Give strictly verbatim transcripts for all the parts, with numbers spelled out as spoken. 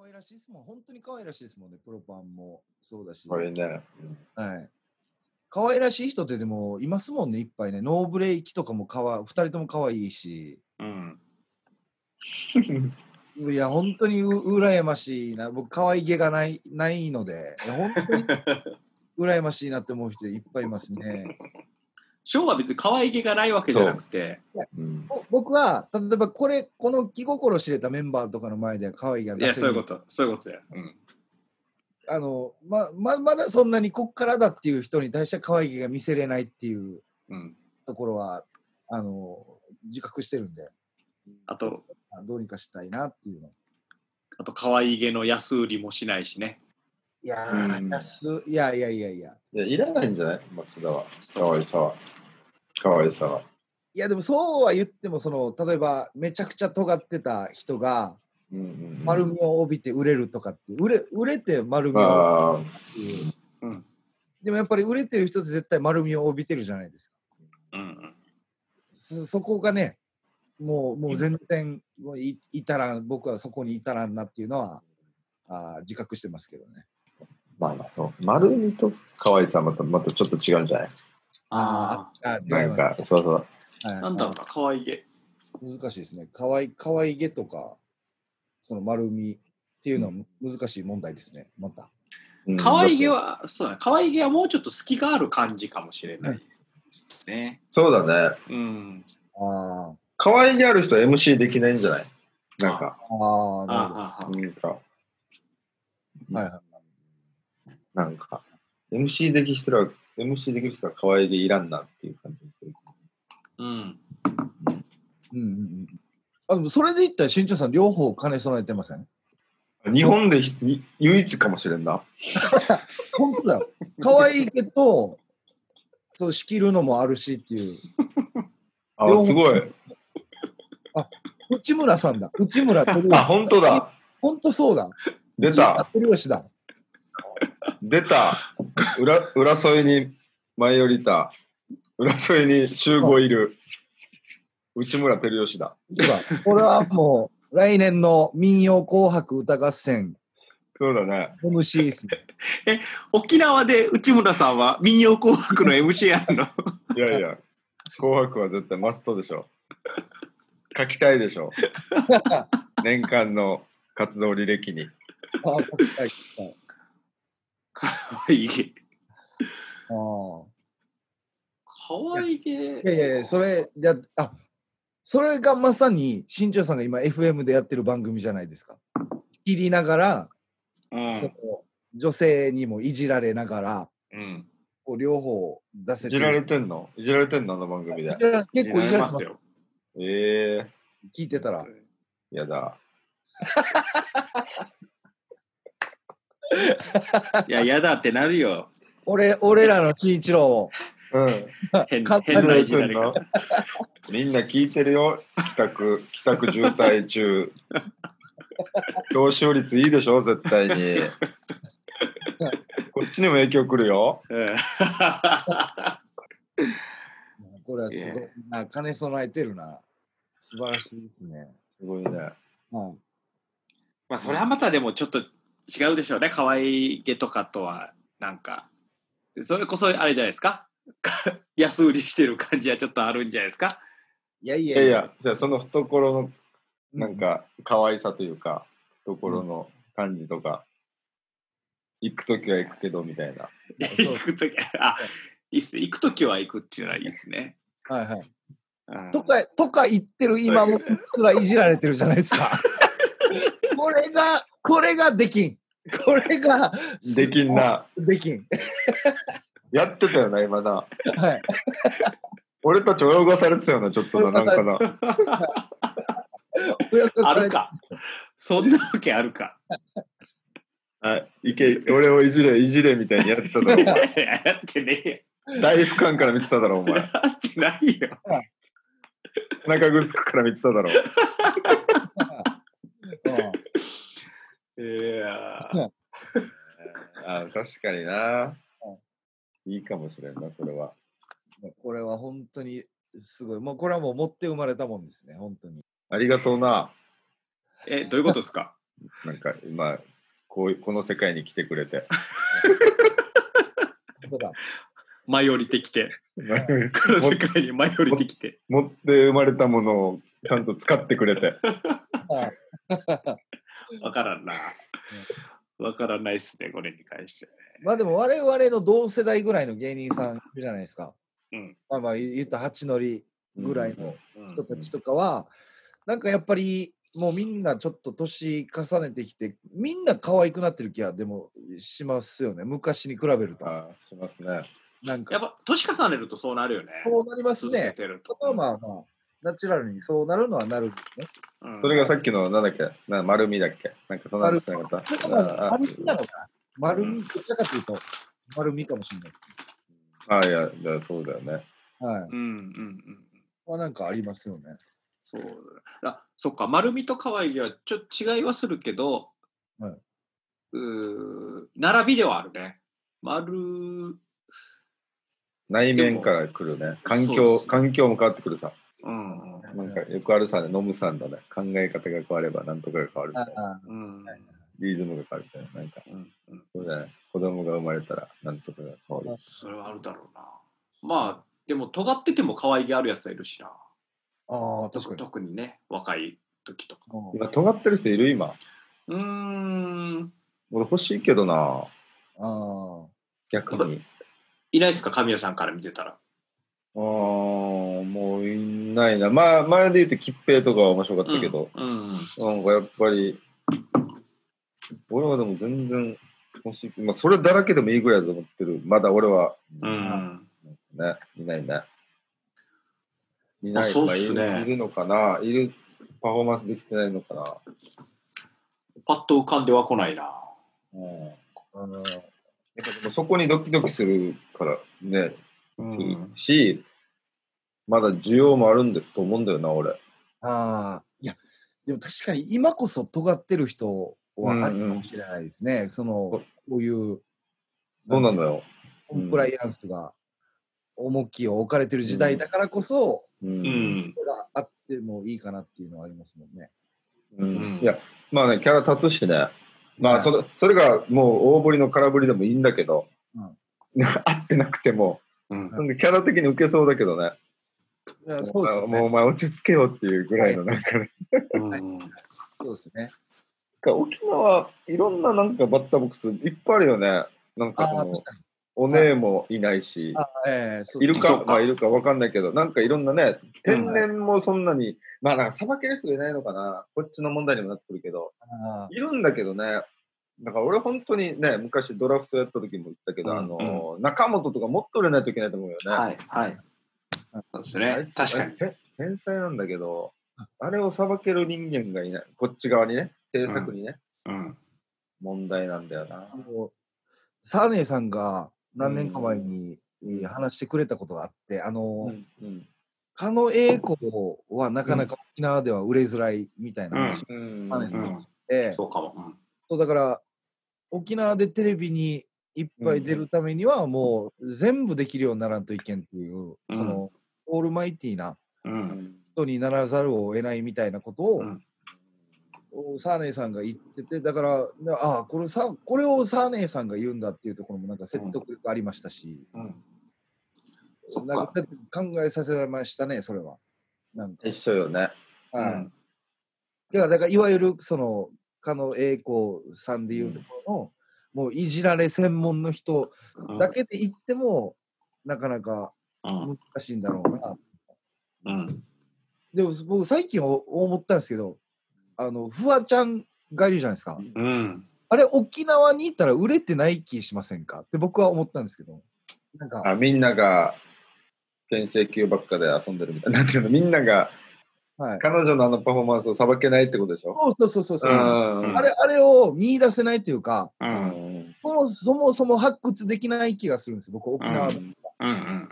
愛らしいですもん。本当に可愛らしいですもんね。プロパンもそうだし。 これね。 うん、はい。可愛らしい人ってでもいますもんね、いっぱいね。ノーブレイキとかもかわ、ふたりとも可愛いし。 うん。 いや、本当にう羨ましいな。僕、可愛げがない、ないので、本当に羨ましいなって思う人いっぱいいますね。 ショーは別に可愛げがないわけじゃなくて、 うん、 僕は、例えばこれ、この気心知れたメンバーとかの前では可愛げがいや、 出せる。 そういうこと、そういうことや。うん。 あの、ま、ま、まだそんなにこっからだっていう人に対しては可愛げが見せれないっていうところは、うん、あの、自覚してるんで。 あと、 どうにかしたいなっていうの。 あと、可愛げの安売りもしないしね。 いやー、うん、安いやいやいやいや。 いや、いらないんじゃない松田は。可愛さは。可愛さは。 いや、でもそうは言っても、その、例えば、めちゃくちゃ尖ってた人が、 うんうんうん、 丸みを帯びて売れるとかって、売れ、売れて丸みを帯びるっていう。うん。でもやっぱり売れてる人って絶対丸みを帯びてるじゃないですか。うんうん。そ、そこがね、もう、もう全然い至らん、僕はそこに至らんなっていうのは、あ自覚してますけどね。 まあまあそう。丸みと可愛さはまた、またちょっと違うんじゃない？ ああ、違います。 なんか、そうそう。 はい、なんだろうな、可愛げ。 難しいですね。可愛い、可愛げとか、その丸みっていうのは難しい問題ですね、また。 可愛げは、そうだね、可愛げはもうちょっと隙がある感じかもしれないですね。 そうだね。 うん。 ああ。 可愛げある人は エムシー できないんじゃない？なんか。 ああ、なるほど。 なんか。 はいはい。 なんか、エムシー できる人は、エムシー できる人は可愛げいらんなっていう感じでする。 うん。 うんうんうん。あ、でもそれで言ったら、新庄さん、両方兼ね備えてません？ 日本で唯一かもしれんな。 本当だよ。可愛いけど、そう仕切るのもあるしっていう。 あ、すごい。 あ、内村さんだ。内村とあ、本当だ。 本当そうだ。 出た。 だ。 出た。裏、裏添えに舞い降りた。裏添えに集合いる。内村照吉だ。 これはもう、来年の民謡紅白歌合戦。 そうだね。 エムシー ですね。 え、沖縄で内村さんは民謡紅白の エムシー やるの？ いやいや、紅白は絶対マストでしょ。書きたいでしょ。年間の活動履歴に。 ああ、書きたい。 かわいい。 ああ。 かわいげ。いやいやいや、それ、や、あ、それがまさに、新庄さんが今 エフエム でやってる番組じゃないですか。切りながら、うん、その女性にもいじられながら、うん、こう両方出せてる。 いじられてんの？いじられてんのあの番組で。 結構いじられますよ。 ええー。聞いてたら。 やだ。 いや、やだってなるよ。 俺、俺らのちいちろうを。 うん。 変, 変ないじられ方。 みんな聞いてるよ。帰宅、帰宅渋滞中。教師率いいでしょ絶対に。こっちにも影響くるよ。 これはすごいな。兼ね備えてるな。素晴らしいですね。 すごいね。 うん。 まあ、それはまたでもちょっと違うでしょうね。可愛げとかとは、なんか。それこそあれじゃないですか。安売りしてる感じはちょっとあるんじゃないですか。 いやいやいや、じゃあその懐のなんか可愛さというか、うん、懐の感じとか、行くときは行くけどみたいな。 行くとき、あ、いいっすね。行くときは行くっていうのはいいですね。 はいはい。とか、とか言ってる今もすらいじられてるじゃないですか。これが、これができん。これが。 できんな。 できん。 やってたよな、今な。 はい。 俺たち泳がされてたよな、ちょっとな、なんかな。 あるか。そんなわけあるか。 はい、いけ、俺をいじれ、いじれみたいにやってただろ、お前。 やってねえよ。大俯瞰から見てただろ、お前。 やってないよ。 中ぐつくから見てただろ。 いやあ、確かにな。いいかもしれんな、それは。 これは本当にすごい。もうこれはもう持って生まれたもんですね、本当に。 ありがとうな。 え、どういうことですか？ なんか今こうこの世界に来てくれて舞い降りてきてこの世界に舞い降りてきて持って生まれたものをちゃんと使ってくれてわからんなわからないっすねこれに関して。 まあでも我々の同世代ぐらいの芸人さんいるじゃないですか、 うん、 まあまあ言った八乗りぐらいの人たちとかは、うんうん、なんかやっぱりもうみんなちょっと年重ねてきてみんな可愛くなってる気はでもしますよね、昔に比べると。 あしますね。 なんかやっぱ年重ねるとそうなるよね。 そうなりますね。まあまあまあナチュラルにそうなるのはなるんですね。 うん、それがさっきのなんだっけな丸みだっけなんかそんなのつながった。 丸みなのかな。丸みどちらかというと丸みかもしれない。 ああいやだそうだよね。 はい。 うんうんうん。 まあなんかありますよね。 そうだ。そっか丸みと可愛げはちょっと違いはするけど、はい、う並びではあるね。丸内面から来るね。環境環境も変わってくるさ。 うん、 なんかよくあるさね、飲むさんだね。考え方が変わればなんとかが変わるみたいな。うん、リズムが変わるみたいな。なんか、うんうん、そうじゃない。子供が生まれたらなんとかが変わる。 それはあるだろうな。まあ、でも尖ってても可愛げあるやつはいるしな。 ああ、確かに。 特にね、若い時とか。 今、尖ってる人いる今。 うーん。 俺欲しいけどな。ああ。 逆に。 いないですか、神谷さんから見てたら。 ああ、もういないな。まあ、前で言うと、吉平とかは面白かったけど、うんうん、なんかやっぱり、俺はでも全然欲しい。まあ、それだらけでもいいぐらいだと思ってる。まだ俺は。 うん。 ね、いないね。いない、まあ、いる、 いるのかな。いる、パフォーマンスできてないのかな。 パッと浮かんでは来ないな。 うん。あのやっぱでもそこにドキドキするからね、うん、し、まだ需要もあるんだと思うんだよな、俺。 ああ、いや、でも確かに今こそ尖ってる人はあるかもしれないですね。うんうん、その、こういう、 そうなのよ。 コンプライアンスが重きを置かれてる時代だからこそ、うん、それがあってもいいかなっていうのはありますもんね。 うん、うん、いや、まあね、キャラ立つしね。まあそれ、それがもう大振りの空振りでもいいんだけど、うん、合ってなくても、うん、なんでキャラ的に受けそうだけどね。 いやそうですね、 もうお前落ち着けよっていうぐらいのなんかね、 はいはい、そうですね。 沖縄いろんななんかバッターボックスいっぱいあるよね。なんかそのお姉もいないし、 えー、 いるかまあいるかわかんないけど、なんかいろんなね天然もそんなに、うん、まあなんかさばける人がいないのかな、こっちの問題にもなってくるけど、いるんだけどね。だから俺本当にね昔ドラフトやった時も言ったけど、うん、あの、うん、中本とかもっと売れないといけないと思うよね。 はいはい。そうですね。確かに。 天才なんだけど、あれをさばける人間がいない。こっち側にね、制作にね、うんうん、問題なんだよな。 サーネーさんが何年か前に話してくれたことがあって、あの、うんうん、狩野英孝はなかなか沖縄では売れづらいみたいな話を、うん、サーネーさんが言って、そうかも。うん、そうだから沖縄でテレビにいっぱい出るためにはもう全部できるようにならんといけんっていう、うん、そのオールマイティーな人にならざるを得ないみたいなことを、うん、サーネーさんが言ってて、だからああこれさこれをサーネーさんが言うんだっていうところもなんか説得力ありましたし、うんうん、なんか考えさせられましたね、それは。 なんか一緒よね。 はい。うん、だからだからいわゆるその狩野英孝さんでいうところの、うん、もういじられ専門の人だけで言っても、うん、なかなか難しいんだろうな。うん、でも僕最近思ったんですけど、あのフワちゃんがいるじゃないですか。うん、あれ沖縄に行ったら売れてない気しませんかって僕は思ったんですけど、 なんかあみんなが牽制球ばっかで遊んでるみたいな、なんていうの、みんなが。はい、彼女のあのパフォーマンスをさばけないってことでしょ。 そうそうそうそう。あれ、あれを見出せないというか、うん、そもそも発掘できない気がするんですよ、僕、沖縄の。うんうんうん、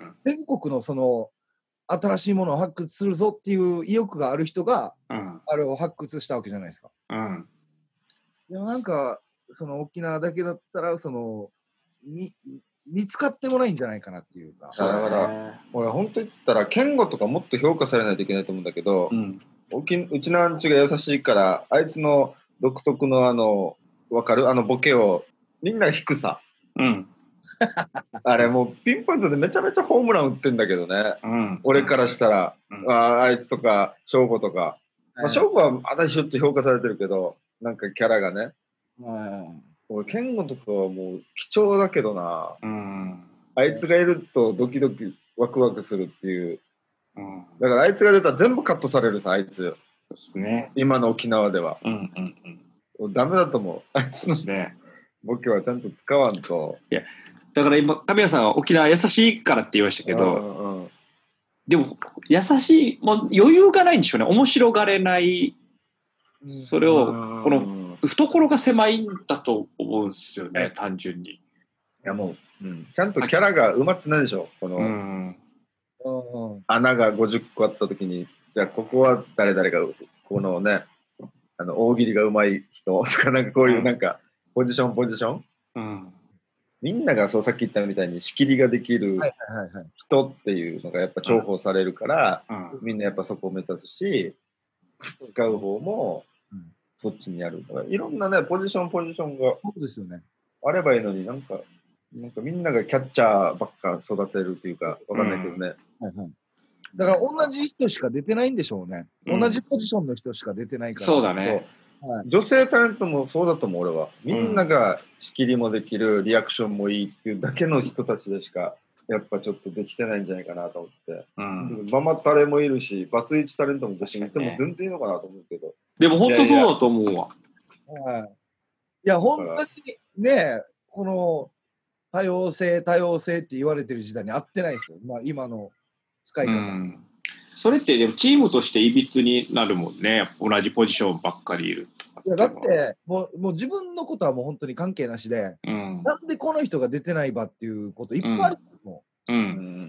全国のその新しいものを発掘するぞっていう意欲がある人が、うん、あれを発掘したわけじゃないですか。うん、でもなんか、その沖縄だけだったら、その、み見つかってもないんじゃないかなっていうか。 だから俺本当言ったら健吾とかもっと評価されないといけないと思うんだけど、うん、うちのアンチが優しいからあいつの独特のあの、わかるあのボケを、みんな引くさ。 うん。 あれもうピンポイントでめちゃめちゃホームラン打ってんだけどね。 うん、 俺からしたら、 うん、 あ, あいつとか、翔吾とか。まあ、翔吾はあたしちょっと評価されてるけど、なんかキャラがね。俺、健吾とかはもう貴重だけどな。うん、あいつがいるとドキドキワクワクするっていう。うん、だからあいつが出たら全部カットされるさ、あいつ。 ですね。 今の沖縄では。 うんうんうん。ダメだと思う。あいつのボケはちゃんと使わんと。 いや、だから今、神谷さんは沖縄優しいからって言いましたけど、うんうん、でも、優しい、もう余裕がないんでしょうね。面白がれない。それを、この、懐が狭いんだと思うんですよね、単純に。いや、もう、うん、ちゃんとキャラが埋まってないでしょ。この、うん、穴がごじゅっこあったときに、じゃあ、ここは誰々が、このね、あの大喜利がうまい人とか、なんかこういう、なんか、ポジション、ポジション。うんみんながそうさっき言ったみたいに仕切りができる人っていうのがやっぱ重宝されるから、うんうん、みんなやっぱそこを目指すし、使う方もそっちにやる。だからいろんなね、ポジションポジションがあればいいのになんか、なんかみんながキャッチャーばっか育てるというか、わかんないけどね。うんはいはい、 だから同じ人しか出てないんでしょうね。うん、同じポジションの人しか出てないから。 そうだね。 はい、女性タレントもそうだと思う俺は。みんなが仕切りもできる、リアクションもいいっていうだけの人たちでしかやっぱちょっとできてないんじゃないかなと思ってて、うん、ママタレもいるしバツイチタレントも別にいても全然いいのかなと思うけど、 でも本当そうだと思うわ。 はい、いや本当にねこの多様性多様性って言われてる時代に合ってないですよ、まあ、今の使い方、うんそれってでもチームとしていびつになるもんね。同じポジションばっかりいるとか。 いやだってもう、もう自分のことはもう本当に関係なしで、うん、なんでこの人が出てないばっていうこといっぱいあるんですもん。うん、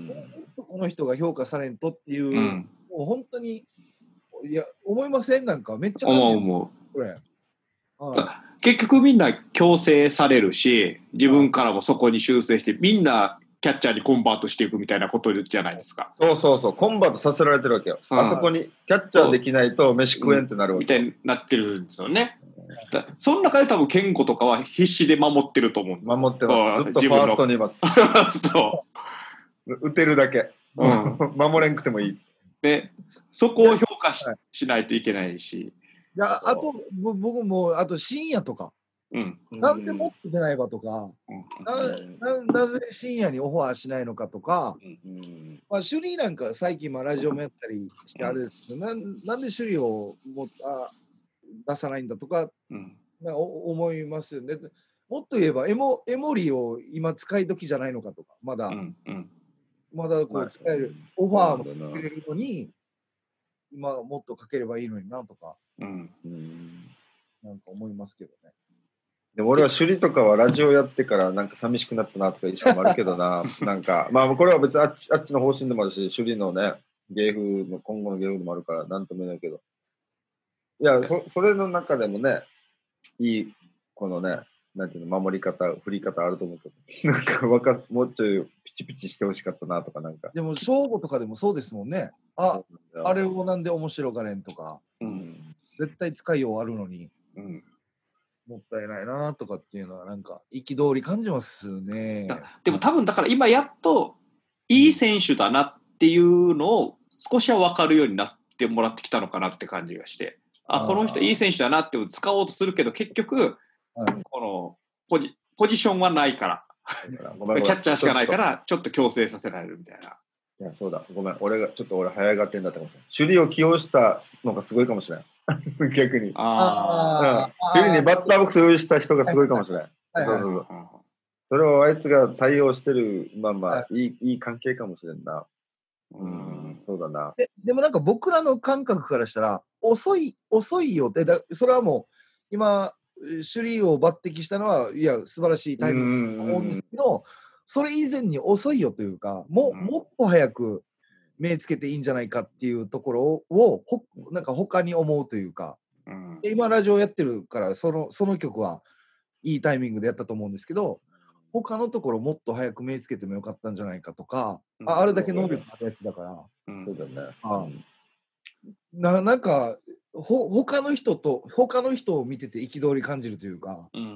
この人が評価されんとっていう、うん、もう本当にいや思いませんなんかめっちゃ思う思う。これ、はい、結局みんな強制されるし、自分からもそこに修正してみんな。キャッチャーにコンバートしていくみたいなことじゃないですか。 そうそうそう、コンバートさせられてるわけよ。うん、あそこにキャッチャーできないと飯食えんってなるわけ、うん、みたいになってるんですよね。だその中で多分健吾とかは必死で守ってると思うんですよ。 守ってます。ずっとファーストにいます。そう。打てるだけ。うん、守れんくてもいい。 で、そこを評価 し, しないといけないし。いやあと僕もあと深夜とか。うん、なんでもって出ないばとか、うん、な, な, なぜ深夜にオファーしないのかとか、うんまあ、首里なんか最近まあラジオもやったりしてあれですけど、うん、な, なんで首里をもあ出さないんだとか、うん、なんか思いますよね。もっと言えばエモ、エモリを今使い時じゃないのかとか、まだ、うんうん、まだこう使える、オファーもかけれるのに、今もっとかければいいのになとか、うんうん、なんか思いますけどね。 でも俺は首里とかはラジオやってからなんか寂しくなったなとか一緒もあるけどななんかまあこれは別にあっちあっちの方針でもあるし首里のね芸風の今後の芸風でもあるからなんとも言えないけどいや そ, それの中でもねいいこのねなんていうの守り方振り方あると思うけどなんかわかもうちょいピチピチしてほしかったなとかなんかでも正午とかでもそうですもんねああれをなんで面白がれんとか、うん、絶対使いようあるのに、うんもったいないなとかっていうのはなんか憤り感じますね。 でも多分だから今やっといい選手だなっていうのを少しは分かるようになってもらってきたのかなって感じがしてあこの人いい選手だなって使おうとするけど結局このポ ジ, ポジションはないからキャッチャーしかないからちょっと強制させられるみたいな。 いやそうだごめん俺がちょっと俺早がってんだって思った首里を起用したのがすごいかもしれない逆に。ああ。首里にバッターボックス用意した人がすごいかもしれない。はいはいはい、そうそうそう。それをあいつが対応してる、まあまあ、はい、いい、いい関係かもしれんな。うん、そうだな。 で、でもなんか僕らの感覚からしたら、遅い、遅いよって、だそれはもう、今、首里を抜擢したのは、いや、素晴らしいタイミングだと思うんですけど、それ以前に遅いよというか、も, もっと早く、目つけていいんじゃないかっていうところをほなんか他に思うというか、うん、今ラジオやってるからそのその曲はいいタイミングでやったと思うんですけど他のところもっと早く目つけてもよかったんじゃないかとか、うん、あ, あれだけ能力あるやつだから、うん、そうだね、ああな, なんかほ他の人と他の人を見てて憤り感じるというか、うん、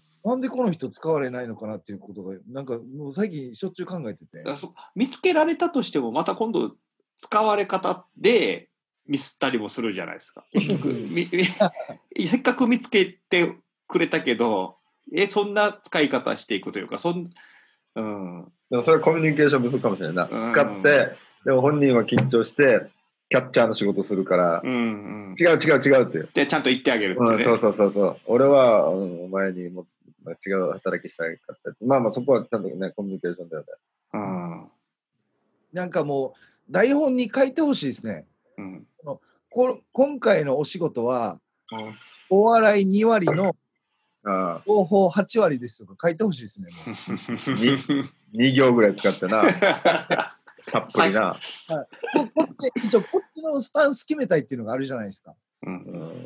なんでこの人使われないのかなっていうことがなんかもう最近しょっちゅう考えてて、 見つけられたとしてもまた今度使われ方でミスったりもするじゃないですか。結局せっかく見つけてくれたけど、えそんな使い方していくというか、そん、うん、 でもそれはコミュニケーション不足かもしれないな、うん、使ってでも本人は緊張してキャッチャーの仕事するから、うんうん、違う違う違うってでちゃんと言ってあげるってね、 うん、そうそうそうそう俺は、うん、お前にも違う働きしたいかったまあまあそこはちゃんとねコミュニケーションだよね、うん、 なんかもう台本に書いてほしいですね、うん、こ今回のお仕事は、うん、お笑いに割の方法はち割ですとか書いてほしいですね。もう 2, に行ぐらい使ってな。たっぷりな。 はい、こ, こっち一応こっちのスタンス決めたいっていうのがあるじゃないですか。うん、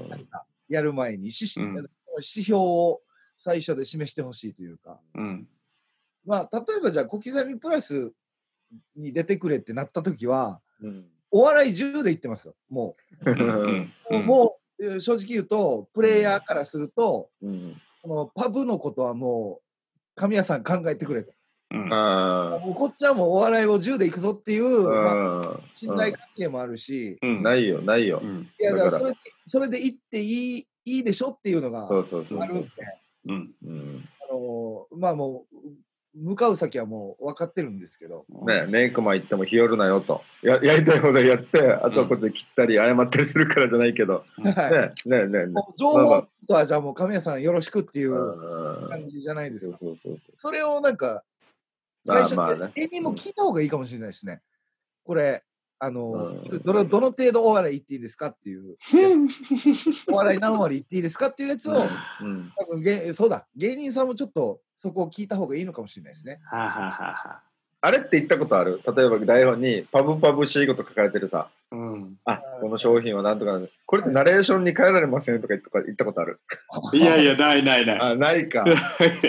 なんかやる前に指標、うん、指標を最初で示してほしいというか。うん、まあ例えばじゃあ小刻みプラスに出てくれってなった時は、うん、お笑いじゅうで言ってますよ。もう。うんうん、もう正直言うとプレイヤーからすると。うんこのパブのことはもう神谷さん考えてくれと、うん、もうこっちはもうお笑いをじゅうでいくぞっていう、まあ、信頼関係もあるし、 うん、ないよないよ、うん、 いやだからそれでそれでいっていいいいでしょっていうのがあるんで、あのまあもう向かう先はもう分かってるんですけど、 ね、メイクマン行っても日和るなよと や, やりたいほどやってあとはこっちで切ったり謝ったりするからじゃないけど、うん、ねねねね情報とはじゃあもう神谷さんよろしくっていう感じじゃないですか。そうそうそうそうそれをなんか最初に芸人も聞いた方がいいかもしれないですね。これあの、うん、どのどの程度お笑い言っていいですかっていうお笑い何割言っていいですかっていうやつを、うん、多分げそうだ芸人さんもちょっとそこを聞いた方がいいのかもしれないですね。ははははあれって言ったことある？例えば台本にパブパブシーゴと書かれてるさ、うん、あこの商品はなんとかこれってナレーションに変えられませんとか言ったことある？ いやいやないないない。 あないか。い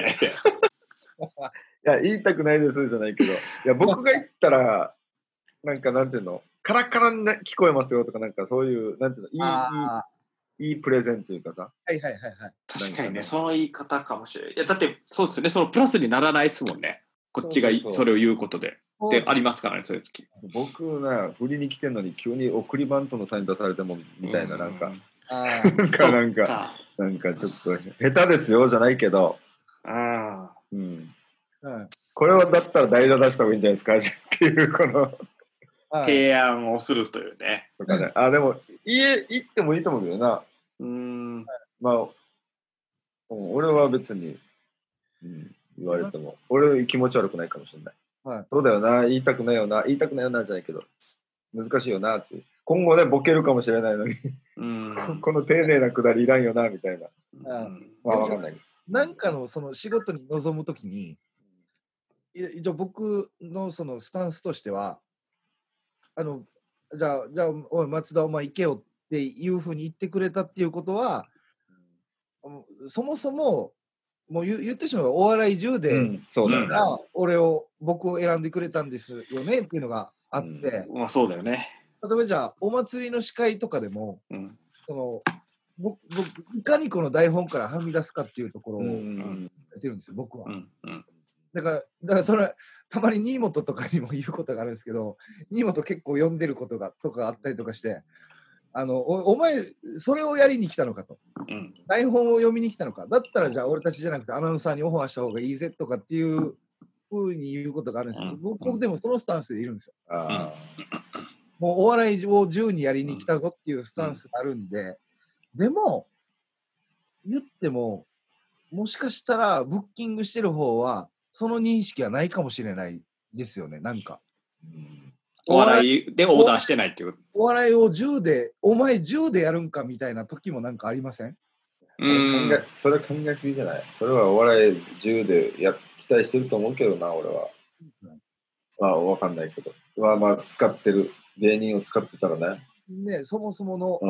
や言いたくないですじゃないけど、いや僕が言ったらなんかなんていうのカラカラに聞こえますよとかなんかそういうなんていうのいいいいいいプレゼンというかさ。 はいはいはいはい。 確かにねその言い方かもしれない。いやだってそうですよねそのプラスにならないですもんね。こっちがそれを言うことででありますからねそういう時。 僕ね振りに来てんのに急に送りバントのサイン出されてもみたいななんかなんかなんかなんかちょっと下手ですよじゃないけど。ああ。うん。これはだったら代打出した方がいいんじゃないですかっていうこの提案をするというね。 とかねあでも家行ってもいいと思うけどな。うんまあ、うん、俺は別に、うん、言われても俺気持ち悪くないかもしれない、はい、そうだよな言いたくないよな言いたくないよなじゃないけど難しいよなって今後ねボケるかもしれないのにうんこの丁寧なくだりいらんよなみたいな、うん、まあ分かんないなんかのその仕事に臨むときに一応僕のそのスタンスとしてはあのじゃあじゃあおい松田お前行けよっていうふうに言ってくれたっていうことは、うん、そもそももう 言, 言ってしまえばお笑いじゅうで、うん、そうだよね、俺を僕を選んでくれたんですよねっていうのがあって、 うん、まあそうだよね。 例えばじゃあお祭りの司会とかでも、うん、その僕いかにこの台本からはみ出すかっていうところをやってるんですよ僕は。うんうんだから、だからそれたまに新本とかにも言うことがあるんですけど新本結構読んでることがとかあったりとかしてあの お, お前それをやりに来たのかと、うん、台本を読みに来たのかだったらじゃあ俺たちじゃなくてアナウンサーにオファーした方がいいぜとかっていうふうに言うことがあるんですけど、うん、僕でもそのスタンスでいるんですよ、うん、もうお笑いをじゅうにやりに来たぞっていうスタンスがあるんで、うん、でも言ってももしかしたらブッキングしてる方はその認識はないかもしれないですよね。なんか、 うん、お笑いでオーダーしてないっていうお笑いをじゅうでお前じゅうでやるんかみたいな時もなんかありません？ それ考え、それ考えすぎじゃない？それはお笑いじゅうでや期待してると思うけどな俺は。まあわかんないけどまあまあ使ってる芸人を使ってたらねねそもそもの、うん、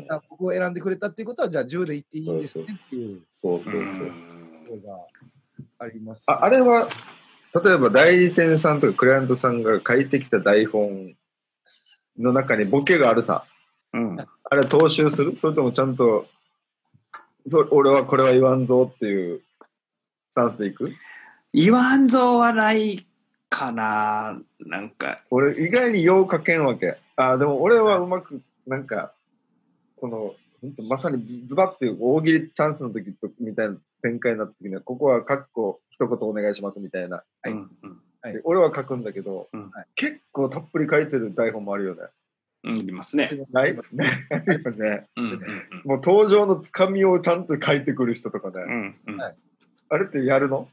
僕を選んでくれたっていうことはじゃあじゅうでいっていいんですねっていうそうそうそうそうがあります、ね、 あ, あれは例えば代理店さんとかクライアントさんが書いてきた台本の中にボケがあるさ、うん、 あれ踏襲する？それともちゃんとそ俺はこれは言わんぞっていうスタンスでいく？ 言わんぞはないかな。なんか俺意外によう書けんわけ。あでも俺はうまくなんかこの本当まさにズバッていう大喜利チャンスの時とみたいな展開になった時にはここはカッコ一言お願いしますみたいな、はいうんうんはい、俺は書くんだけど、うん、結構たっぷり書いてる台本もあるよね。 うん、いますね。 ないね。ねうんうんうん、もう登場のつかみをちゃんと書いてくる人とかね。うんうん、あれってやるの？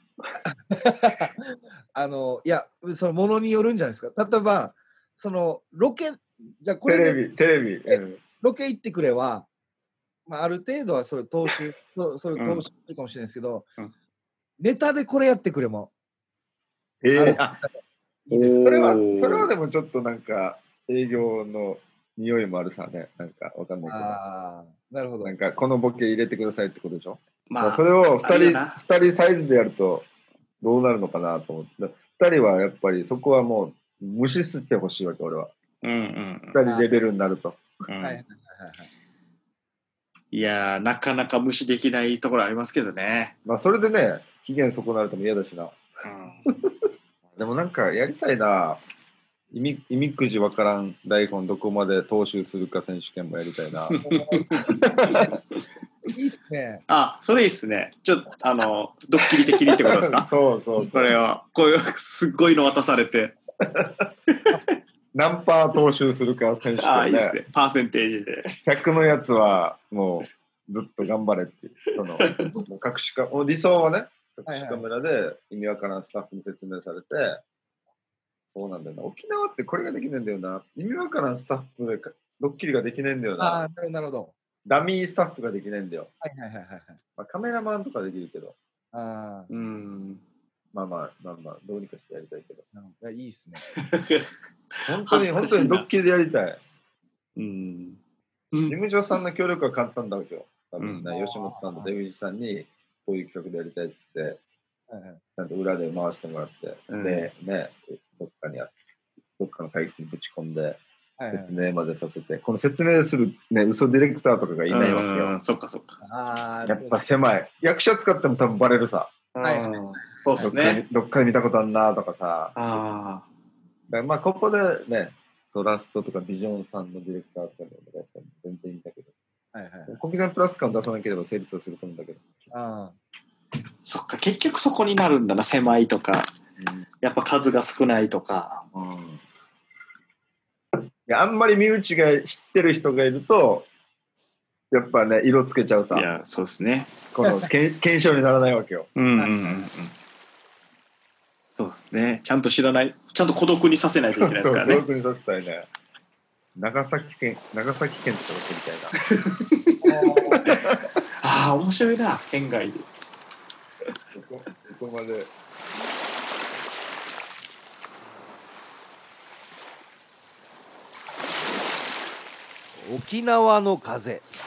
あのいやそのものによるんじゃないですか。例えばそのロケじゃこれでテレビテレビ、うん、 ロケ行ってくれは、まあ、ある程度はそれ踏襲そそれ踏襲するかもしれないですけど、うん、ネタでこれやってくれも。 えー、あいいです。それはそれはでもちょっとなんか営業の匂いもあるさね。なんかわかんないけど。あなるほど。 なんかこのボケ入れてくださいってことでしょ。まあそれをふたりふたりサイズでやるとどうなるのかなと思って。ふたりはやっぱりそこはもう無視してほしいわけ俺は。うんうん。ふたりレベルになると。うん、はいはいはいはい。 いやーなかなか無視できないところありますけどね。 まあそれでね期限損なるとも嫌だしな。うん、でもなんかやりたいな。意味、意味くじわからん台本どこまで踏襲するか選手権もやりたいな。 いいっすね。 あ、それいいっすね。ちょっとあのドッキリ的にってことですか？ そうそうそう。 これはこういうすっごいの渡されて何パー踏襲するか選手権、ね。 あ、いいですね。パーセンテージで。 ひゃくのやつはもうずっと頑張れっていう。そのもう隠しか理想はね隠しカメラで意味わからんスタッフに説明されて。そうなんだよな。沖縄ってこれができないんだよな。意味わからんスタッフでドッキリができないんだよな。 ああ、なるほど。 ダミースタッフができないんだよ。 はいはいはいはい。 まあ、カメラマンとかできるけど。 ああ。うん。 まあまあまあまあ、どうにかしてやりたいけど。 いや、いいっすね。 本当に、本当にドッキリでやりたい。うん。事務所さんの協力は簡単だわけよ。多分ね、うん、吉本さんと出口さんにこういう企画でやりたいっつって、はいはい、ちゃんと裏で回してもらって、うん、で、ね、どっかに、どっかの会議室にぶち込んで、説明までさせて、はいはい、この説明する、ね、嘘ディレクターとかがいないわけよ。 うん、そっかそっか。 あやっぱ狭い。役者使っても多分バレるさ。 はいはい、そうっすね。 どっかで見たことあんなとかさ。あだまあ、ここでね、トラストとかビジョンさんのディレクターとかでお願いしたら全然いいんだけど。はいはい、国際プラス感を出さなければ成立をすると思うんだけど。あそっか、結局そこになるんだな、狭いとか、うん、やっぱ数が少ないとか。うん、 いやあんまり身内が知ってる人がいると、やっぱね、色つけちゃうさ。 いや、そうですね。 この検証にならないわけよ。うんうんうんうん。 そうですね。ちゃんと知らない、ちゃんと孤独にさせないといけないですからね。 孤独にさせたいね。長崎県、長崎県ってみたいな。 ああ、面白いな、県外で。 ここ、ここまで。 沖縄の風。